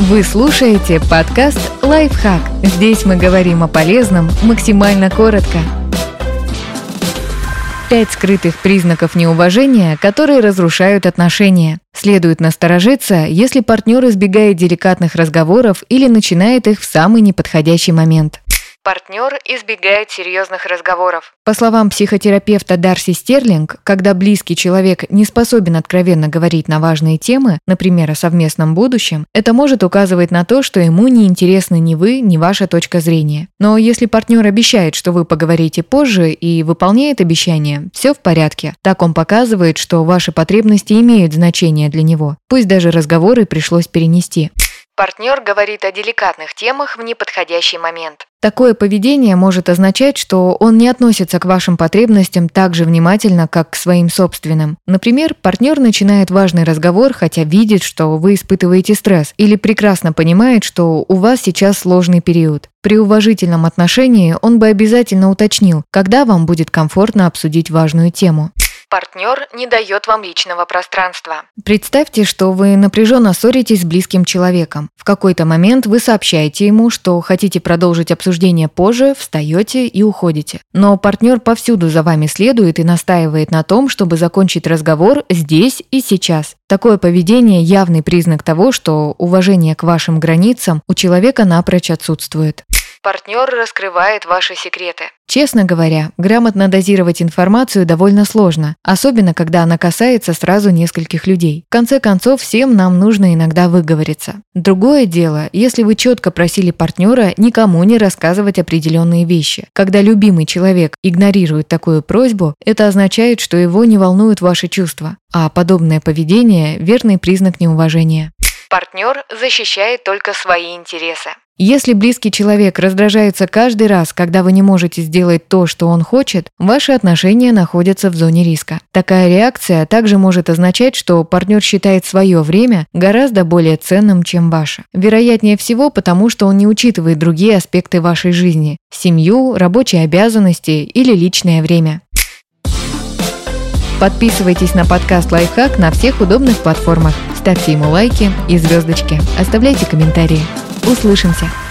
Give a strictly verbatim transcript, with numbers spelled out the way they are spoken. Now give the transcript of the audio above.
Вы слушаете подкаст «Лайфхак». Здесь мы говорим о полезном максимально коротко. Пять скрытых признаков неуважения, которые разрушают отношения. Следует насторожиться, если партнер избегает деликатных разговоров или начинает их в самый неподходящий момент. Партнер избегает серьезных разговоров. По словам психотерапевта Дарси Стерлинг, когда близкий человек не способен откровенно говорить на важные темы, например, о совместном будущем, это может указывать на то, что ему не интересны ни вы, ни ваша точка зрения. Но если партнер обещает, что вы поговорите позже и выполняет обещание, все в порядке. Так он показывает, что ваши потребности имеют значение для него. Пусть даже разговоры пришлось перенести. Партнер говорит о деликатных темах в неподходящий момент. Такое поведение может означать, что он не относится к вашим потребностям так же внимательно, как к своим собственным. Например, партнер начинает важный разговор, хотя видит, что вы испытываете стресс, или прекрасно понимает, что у вас сейчас сложный период. При уважительном отношении он бы обязательно уточнил, когда вам будет комфортно обсудить важную тему. Партнер не дает вам личного пространства. Представьте, что вы напряженно ссоритесь с близким человеком. В какой-то момент вы сообщаете ему, что хотите продолжить обсуждение позже, встаете и уходите. Но партнер повсюду за вами следует и настаивает на том, чтобы закончить разговор здесь и сейчас. Такое поведение – явный признак того, что уважение к вашим границам у человека напрочь отсутствует. Партнер раскрывает ваши секреты. Честно говоря, грамотно дозировать информацию довольно сложно, особенно когда она касается сразу нескольких людей. В конце концов, всем нам нужно иногда выговориться. Другое дело, если вы четко просили партнера никому не рассказывать определенные вещи. Когда любимый человек игнорирует такую просьбу, это означает, что его не волнуют ваши чувства, а подобное поведение – верный признак неуважения. Партнер защищает только свои интересы. Если близкий человек раздражается каждый раз, когда вы не можете сделать то, что он хочет, ваши отношения находятся в зоне риска. Такая реакция также может означать, что партнер считает свое время гораздо более ценным, чем ваше. Вероятнее всего, потому что он не учитывает другие аспекты вашей жизни – семью, рабочие обязанности или личное время. Подписывайтесь на подкаст «Лайфхак» на всех удобных платформах. Ставьте ему лайки и звездочки. Оставляйте комментарии. Услышимся!